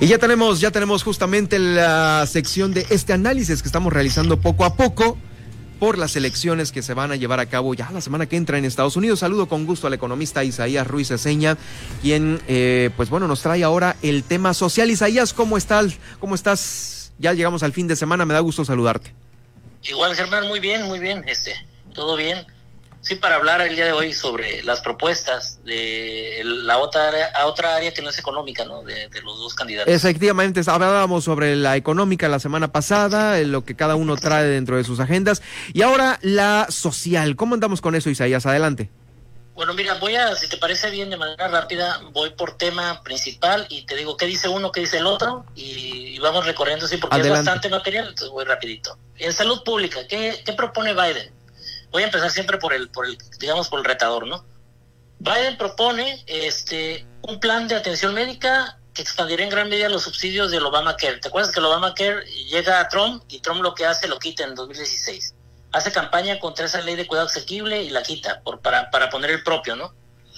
Y ya tenemos justamente la sección de este análisis que estamos realizando poco a poco por las elecciones que se van a llevar a cabo ya la semana que entra en Estados Unidos. Saludo con gusto al economista Isaías Ruiz Ezeña, quien, nos trae ahora el tema social. Isaías, ¿cómo estás? Ya llegamos al fin de semana, me da gusto saludarte. Igual, Germán, muy bien, todo bien. Sí, para hablar el día de hoy sobre las propuestas de la otra área que no es económica, ¿no? De los dos candidatos. Efectivamente, hablábamos sobre la económica la semana pasada, lo que cada uno trae dentro de sus agendas, y ahora la social. ¿Cómo andamos con eso, Isaías? Adelante. Bueno, mira, si te parece bien, de manera rápida, voy por tema principal y te digo qué dice uno, qué dice el otro, y vamos recorriendo así porque adelante. Es bastante material, entonces voy rapidito. En salud pública, ¿qué propone Biden? Voy a empezar siempre por el retador, ¿no? Biden propone un plan de atención médica que expandirá en gran medida los subsidios del Obamacare. ¿Te acuerdas que el Obamacare llega a Trump y Trump lo que hace lo quita en 2016? Hace campaña contra esa ley de cuidado asequible y la quita para poner el propio, ¿no?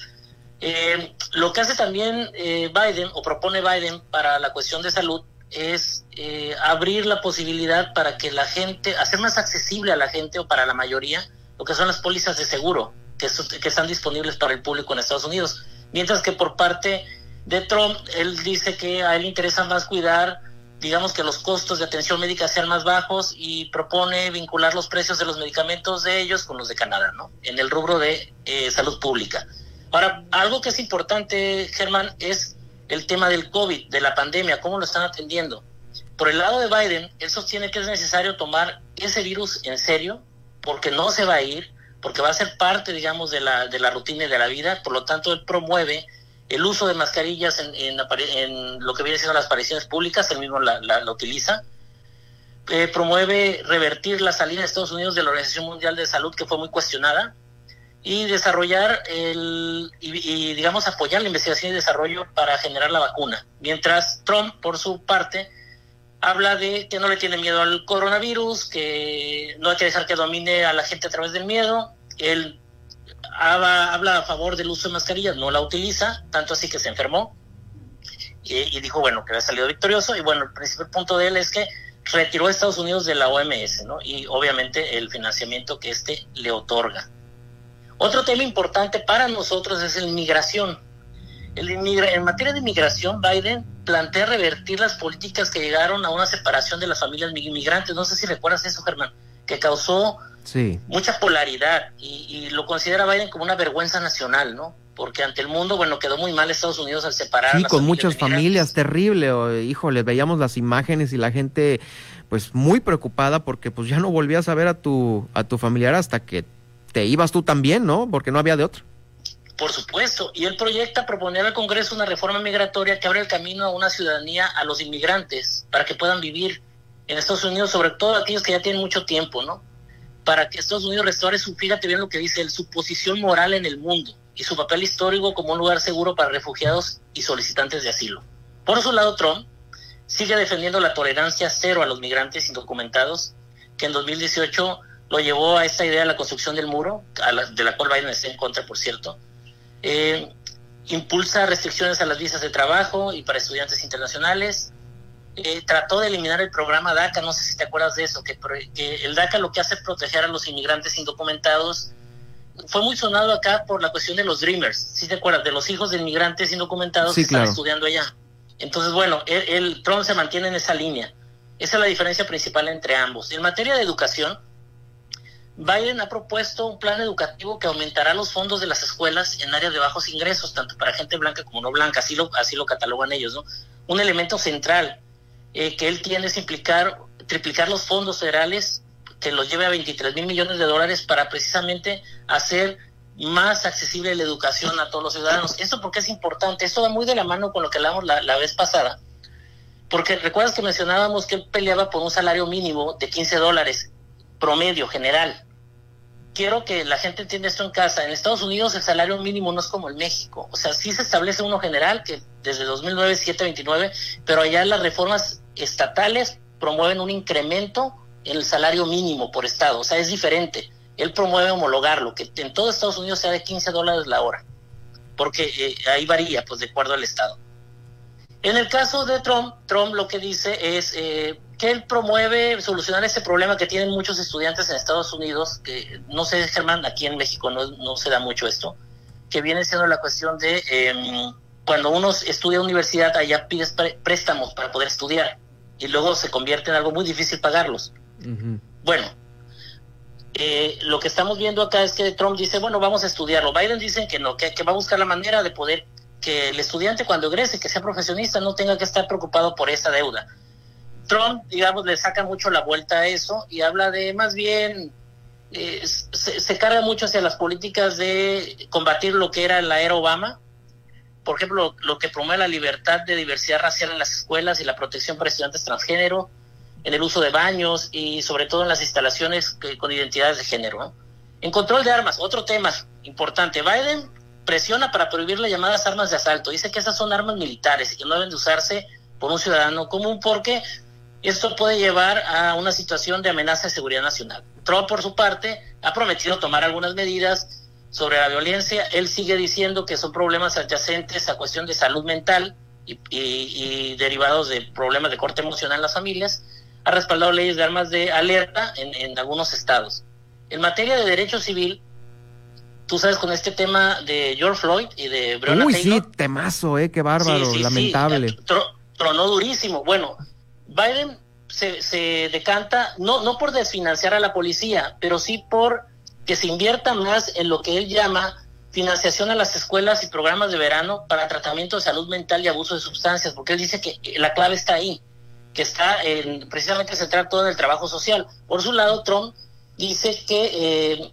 Lo que hace también Biden, o propone Biden para la cuestión de salud, es abrir la posibilidad para que la gente, hacer más accesible a la gente o para la mayoría, lo que son las pólizas de seguro que están disponibles para el público en Estados Unidos. Mientras que por parte de Trump, él dice que a él le interesa más cuidar, digamos, que los costos de atención médica sean más bajos, y propone vincular los precios de los medicamentos de ellos con los de Canadá, ¿no? En el rubro de salud pública. Ahora, algo que es importante, Germán, es el tema del COVID, de la pandemia, cómo lo están atendiendo. Por el lado de Biden, él sostiene que es necesario tomar ese virus en serio, porque no se va a ir, porque va a ser parte, digamos, de la rutina y de la vida. Por lo tanto, él promueve el uso de mascarillas en lo que viene siendo las apariciones públicas, él mismo la utiliza. Promueve revertir la salida de Estados Unidos de la Organización Mundial de Salud, que fue muy cuestionada, y desarrollar digamos, apoyar la investigación y desarrollo para generar la vacuna. Mientras Trump, por su parte, habla de que no le tiene miedo al coronavirus, que no hay que dejar que domine a la gente a través del miedo. Él habla a favor del uso de mascarillas, no la utiliza, tanto así que se enfermó, y dijo, bueno, que había salido victorioso. Y bueno, el principal punto de él es que retiró a Estados Unidos de la OMS, ¿no? Y obviamente el financiamiento que le otorga. Otro tema importante para nosotros es la inmigración. En materia de inmigración, Biden plantea revertir las políticas que llegaron a una separación de las familias inmigrantes. No sé si recuerdas eso, Germán, que causó mucha polaridad, y lo considera Biden como una vergüenza nacional, ¿no? Porque ante el mundo, quedó muy mal Estados Unidos al separar. Sí, con muchas familias, terrible. Híjole, veíamos las imágenes y la gente, pues, muy preocupada porque, pues, ya no volvías a ver a tu familiar hasta que te ibas tú también, ¿no? Porque no había de otro. Por supuesto, y él proyecta proponer al Congreso una reforma migratoria que abra el camino a una ciudadanía a los inmigrantes para que puedan vivir en Estados Unidos, sobre todo aquellos que ya tienen mucho tiempo, ¿no? Para que Estados Unidos restaure fíjate bien lo que dice él, su posición moral en el mundo y su papel histórico como un lugar seguro para refugiados y solicitantes de asilo. Por su lado, Trump sigue defendiendo la tolerancia cero a los migrantes indocumentados, que en 2018 lo llevó a esta idea de la construcción del muro, de la cual Biden está en contra, por cierto. Impulsa restricciones a las visas de trabajo y para estudiantes internacionales. Trató de eliminar el programa DACA, no sé si te acuerdas de eso, que el DACA lo que hace es proteger a los inmigrantes indocumentados. Fue muy sonado acá por la cuestión de los Dreamers, ¿sí te acuerdas? De los hijos de inmigrantes indocumentados, sí, que están estudiando allá. Entonces, Trump se mantiene en esa línea. Esa es la diferencia principal entre ambos. En materia de educación, Biden ha propuesto un plan educativo que aumentará los fondos de las escuelas en áreas de bajos ingresos, tanto para gente blanca como no blanca, así lo catalogan ellos, ¿no? Un elemento central que él tiene es triplicar los fondos federales, que los lleve a $23,000 millones para precisamente hacer más accesible la educación a todos los ciudadanos. ¿Esto por qué es importante? Esto va muy de la mano con lo que hablamos la vez pasada, porque recuerdas que mencionábamos que él peleaba por un salario mínimo de $15 promedio general. Quiero que la gente entienda esto en casa. En Estados Unidos el salario mínimo no es como en México. O sea, sí se establece uno general que desde 2009 es $7.29, pero allá las reformas estatales promueven un incremento en el salario mínimo por estado. O sea, es diferente. Él promueve homologarlo, que en todo Estados Unidos sea de $15 la hora, porque ahí varía, pues, de acuerdo al estado. En el caso de Trump lo que dice es que él promueve solucionar ese problema que tienen muchos estudiantes en Estados Unidos, que no sé, Germán, aquí en México no se da mucho esto, que viene siendo la cuestión de cuando uno estudia en universidad, allá pides préstamos para poder estudiar y luego se convierte en algo muy difícil pagarlos. Uh-huh. Bueno, lo que estamos viendo acá es que Trump dice, bueno, vamos a estudiarlo. Biden dice que no, que va a buscar la manera de poder que el estudiante cuando egrese, que sea profesionista, no tenga que estar preocupado por esa deuda. Trump, digamos, le saca mucho la vuelta a eso y habla de, más bien, se carga mucho hacia las políticas de combatir lo que era la era Obama. Por ejemplo, lo que promueve la libertad de diversidad racial en las escuelas y la protección para estudiantes transgénero, en el uso de baños y sobre todo en las instalaciones con identidades de género, ¿no? En control de armas, otro tema importante. Biden presiona para prohibir las llamadas armas de asalto. Dice que esas son armas militares y que no deben de usarse por un ciudadano común porque esto puede llevar a una situación de amenaza de seguridad nacional. Trump, por su parte, ha prometido tomar algunas medidas sobre la violencia. Él sigue diciendo que son problemas adyacentes a cuestión de salud mental y derivados de problemas de corte emocional en las familias. Ha respaldado leyes de armas de alerta en algunos estados. En materia de derecho civil, tú sabes, con este tema de George Floyd y de Breonna Taylor. Sí, temazo, qué bárbaro, sí, lamentable. Sí, tronó durísimo. Bueno, Biden se decanta, no por desfinanciar a la policía, pero sí por que se invierta más en lo que él llama financiación a las escuelas y programas de verano para tratamiento de salud mental y abuso de sustancias, porque él dice que la clave está ahí, que está en precisamente centrar todo en el trabajo social. Por su lado, Trump dice que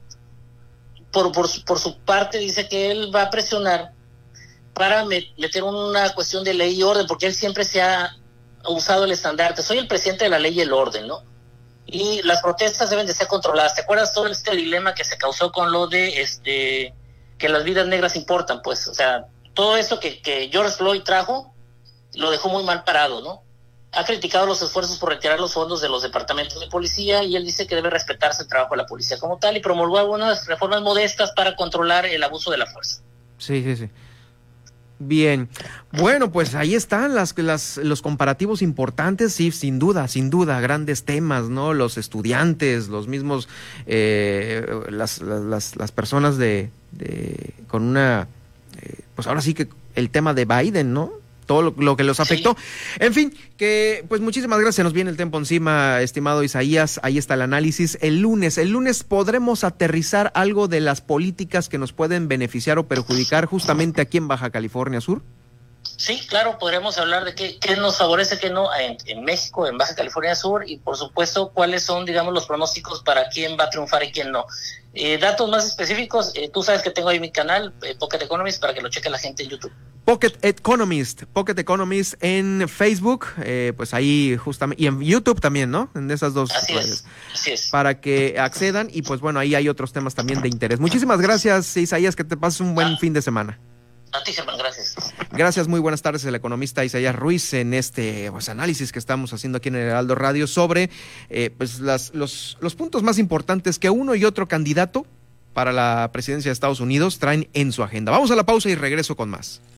por su parte dice que él va a presionar para meter una cuestión de ley y orden, porque él siempre se ha usado el estandarte, soy el presidente de la ley y el orden, ¿no? Y las protestas deben de ser controladas. ¿Te acuerdas todo este dilema que se causó con lo de que las vidas negras importan? Pues, o sea, todo eso que George Floyd trajo lo dejó muy mal parado, ¿no? Ha criticado los esfuerzos por retirar los fondos de los departamentos de policía y él dice que debe respetarse el trabajo de la policía como tal y promulgó algunas reformas modestas para controlar el abuso de la fuerza. Sí. Bien, bueno, pues ahí están los comparativos importantes, sí, sin duda, grandes temas, ¿no? Los estudiantes, los mismos, las personas con una, pues ahora sí que el tema de Biden, ¿no? Todo lo que los afectó. Sí. En fin, que pues muchísimas gracias, nos viene el tiempo encima, estimado Isaías, ahí está el análisis. El lunes podremos aterrizar algo de las políticas que nos pueden beneficiar o perjudicar justamente aquí en Baja California Sur. Sí, claro, podremos hablar de qué nos favorece, qué no en México, en Baja California Sur, y por supuesto cuáles son, digamos, los pronósticos para quién va a triunfar y quién no. Datos más específicos, tú sabes que tengo ahí mi canal, Pocket Economist, para que lo cheque la gente en YouTube. Pocket Economist en Facebook, pues ahí justamente, y en YouTube también, ¿no? En esas dos redes. Así es. Para que accedan y pues bueno, ahí hay otros temas también de interés. Muchísimas gracias, Isaías, que te pases un buen fin de semana. A ti, Germán, gracias. Gracias, muy buenas tardes, el economista Isaías Ruiz, en este análisis que estamos haciendo aquí en el Heraldo Radio sobre pues los puntos más importantes que uno y otro candidato para la presidencia de Estados Unidos traen en su agenda. Vamos a la pausa y regreso con más.